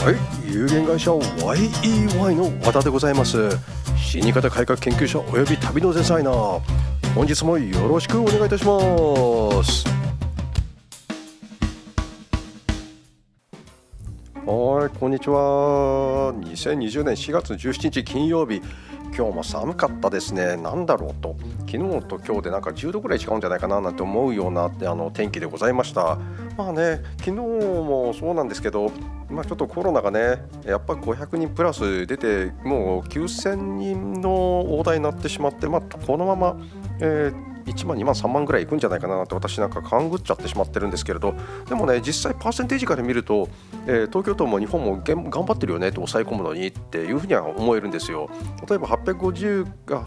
はい、有限会社 YEY の和田でございます。死に方改革研究者および旅のデザイナー、本日もよろしくお願いいたします。はい、こんにちは。2020年4月17日金曜日、今日も寒かったですね。なんだろうと、昨日と今日でなんか10度ぐらい違うんじゃないかななんて思うような天気でございました。まあね、昨日もそうなんですけど、ちょっとコロナがね、やっぱ500人プラス出て、もう9000人の大台になってしまって、このまま、1万2万3万ぐらいいくんじゃないかなって私なんか勘ぐっちゃってしまってるんですけれど、でもね、実際パーセンテージから見ると、東京都も日本も頑張ってるよねと抑え込むのにっていうふうには思えるんですよ。例えば850が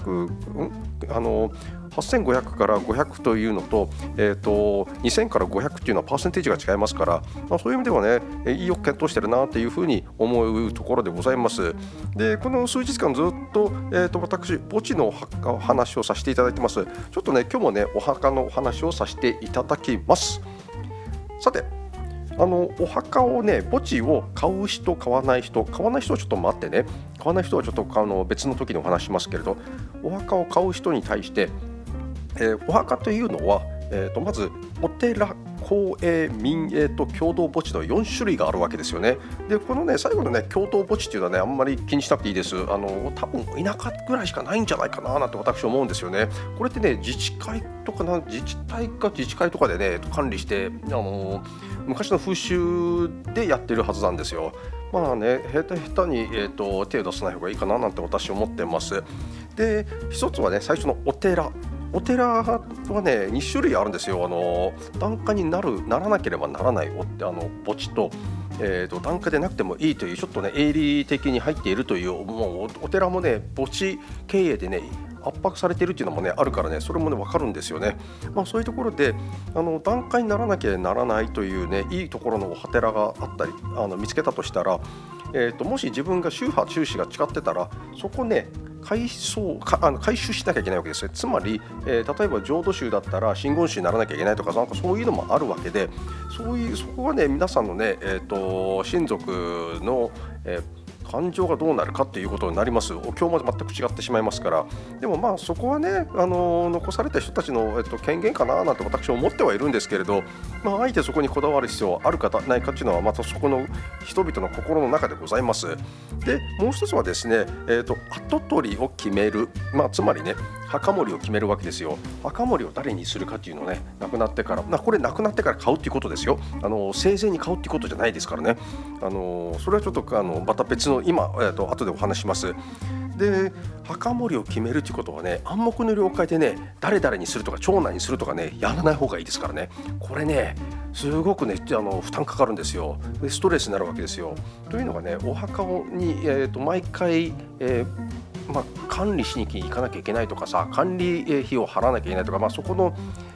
8500から500というのと、2000から500っていうのはパーセンテージが違いますから、そういう意味ではね、いいよく検討してるなっていうふうに思うところでございます。で、この数日間ずっと、私墓地のお話をさせていただいてます。ちょっとね、今日もねお墓のお話をさせていただきます。さて、お墓をね、墓地を買う人買わない人はちょっと待ってね、買わない人はちょっと別の時にお話しますけれど、お墓を買う人に対して、お墓というのは、まずお寺、公営、民営と共同墓地の4種類があるわけですよね。で、このね、最後のね、共同墓地っていうのはね、あんまり気にしなくていいです。多分田舎ぐらいしかないんじゃないかななんて私思うんですよね。これってね、自治体とか自治会とかでね管理して、昔の風習でやってるはずなんですよ。まあね、下手に、手を出さない方がいいかななんて私思ってます。で、一つはね、最初のお寺はね、2種類あるんですよ。檀家にならなければならない墓地と、檀家でなくてもいいという、ちょっとね営利的に入っているという、もうお寺もね墓地経営でね圧迫されているっていうのもねあるからね、それもね分かるんですよね。そういうところで檀家にならなきゃならないというね、いいところのお寺があったり見つけたとしたら、もし自分が宗派宗旨が違ってたら、そこね回収しなきゃいけないわけですね。つまり、例えば浄土宗だったら真言宗にならなきゃいけないとか、なんかそういうのもあるわけで、そこはね皆さんのね、親族の、感情がどうなるかっていうことになります。お経も全く違ってしまいますから。でもそこはね、残された人たちの、権限かななんて私は思ってはいるんですけれど、あえてそこにこだわる必要はあるかないかっていうのはまたそこの人々の心の中でございます。で、もう一つはですね、跡取りを決める、つまりね墓守を決めるわけですよ。墓守を誰にするかっていうのをね、亡くなってから、これ亡くなってから買うっていうことですよ。生前に買うっていうことじゃないですからね。それはちょっとまた別の今、後でお話します。で、墓守を決めるっていうことはね、暗黙の了解でね、誰々にするとか長男にするとかね、やらない方がいいですからね。これねすごくね負担かかるんですよ。で、ストレスになるわけですよ。というのがね、お墓に、毎回、管理しに行かなきゃいけないとかさ、管理費を払わなきゃいけないとか、そこの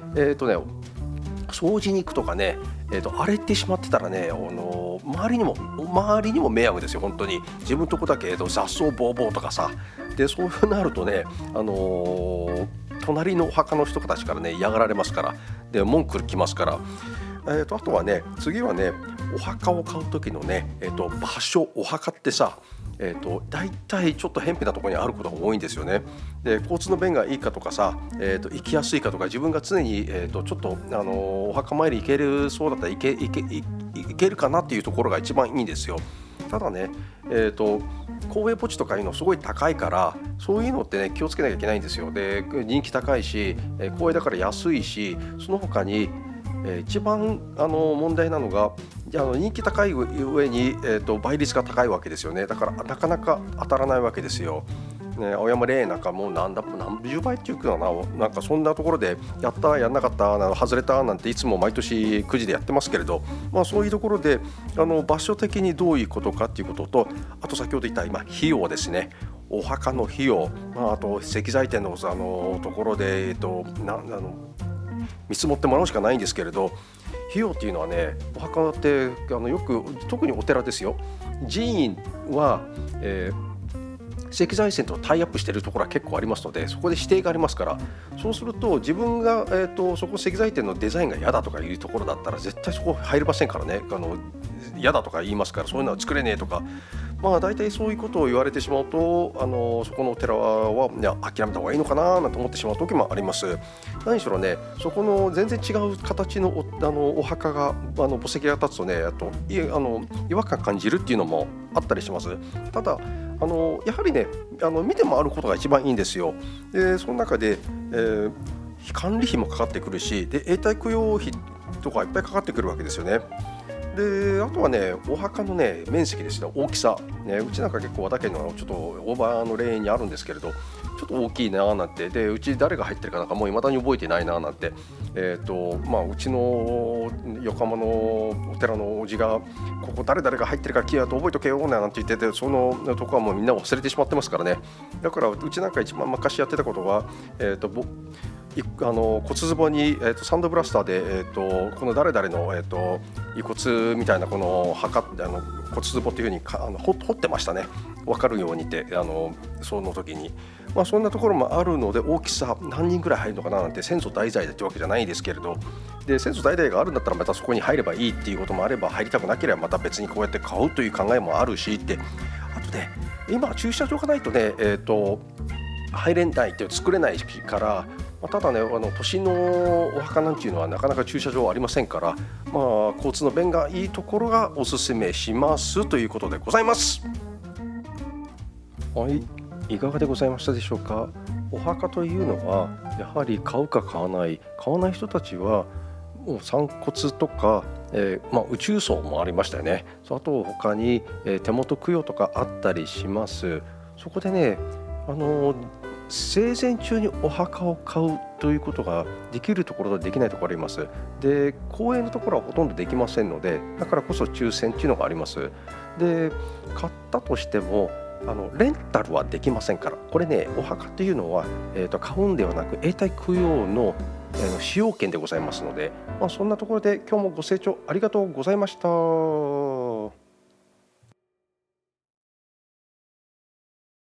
掃除に行くとかね、荒れてしまってたらね、周りにも迷惑ですよ。本当に自分のとこだけ雑草ぼうぼうとかさ、でそういうなるとね、隣のお墓の人たちからね嫌がられますから、で文句来ますから。あとはね、次はね、お墓を買う時のね、場所、お墓ってさ、大体ちょっと偏僻なところにあることが多いんですよね。で、交通の便がいいかとかさ、行きやすいかとか、自分が常に、ちょっと、お墓参り行けるそうだったら行けるかなっていうところが一番いいんですよ。ただね、公営墓地とかいうのすごい高いから、そういうのってね気をつけなきゃいけないんですよ。で、人気高いし、公営だから安いし、その他に一番問題なのが、人気高い上に、倍率が高いわけですよね。だからなかなか当たらないわけですよ。青山霊園なんかもう何十倍っていうかな、なんかそんなところでやったやんなかった外れたなんていつも毎年9時でやってますけれど、そういうところで場所的にどういうことかっていうことと、あと先ほど言った費用ですね。お墓の費用、あと石材店の、ところで、見積もってもらうしかないんですけれど、費用っていうのはね、お墓ってよく、特にお寺ですよ、寺院は、石材店とタイアップしているところは結構ありますので、そこで指定がありますから、そうすると自分が、そこ石材店のデザインが嫌だとかいうところだったら絶対そこ入れませんからね。 嫌だとか言いますから、そういうのは作れねえとか、大体そういうことを言われてしまうと、そこのお寺はいや諦めた方がいいのかななんて思ってしまう時もあります。何しろね、そこの全然違う形のお墓が墓石が立つとね、違和感感じるっていうのもあったりします。ただやはりね、見て回ることが一番いいんですよ。でその中で、管理費もかかってくるし、で永代供養費とかいっぱいかかってくるわけですよね。であとはね、お墓のね面積ですね、大きさ、ね、うちなんか結構和田家のちょっとオーバーの霊園にあるんですけれど、ちょっと大きいななんて、でうち誰が入ってるかなんかもう未だに覚えてないななんて、うちの横浜のお寺のおじがここ誰々が入ってるからキーアと覚えとけよなんて言ってて、そのとこはもうみんな忘れてしまってますからね。だからうちなんか一番昔やってたことは、骨壺に、サンドブラスターで、この誰々の、遺骨みたいなこの骨壺っていう風に掘ってましたね。分かるようにってその時に、そんなところもあるので、大きさ何人ぐらい入るのかななんて先祖代々ってわけじゃないですけれど、で先祖代々があるんだったらまたそこに入ればいいっていうこともあれば、入りたくなければまた別にこうやって買うという考えもあるしって、あとね、今駐車場がないとね、入れないって作れないから、ただね、都心のお墓なんていうのはなかなか駐車場ありませんから、交通の便がいいところがおすすめしますということでございます。はい、いかがでございましたでしょうか。お墓というのはやはり買うか買わない人たちはもう散骨とか、宇宙葬もありましたよね。あと他に、手元供養とかあったりします。そこでね、生前中にお墓を買うということができるところとできないところあります。で、公営のところはほとんどできませんので、だからこそ抽選っていうのがあります。で、買ったとしてもレンタルはできませんから。これね、お墓というのは、買うんではなく永代供養の使用権でございますので、そんなところで今日もご清聴ありがとうございました。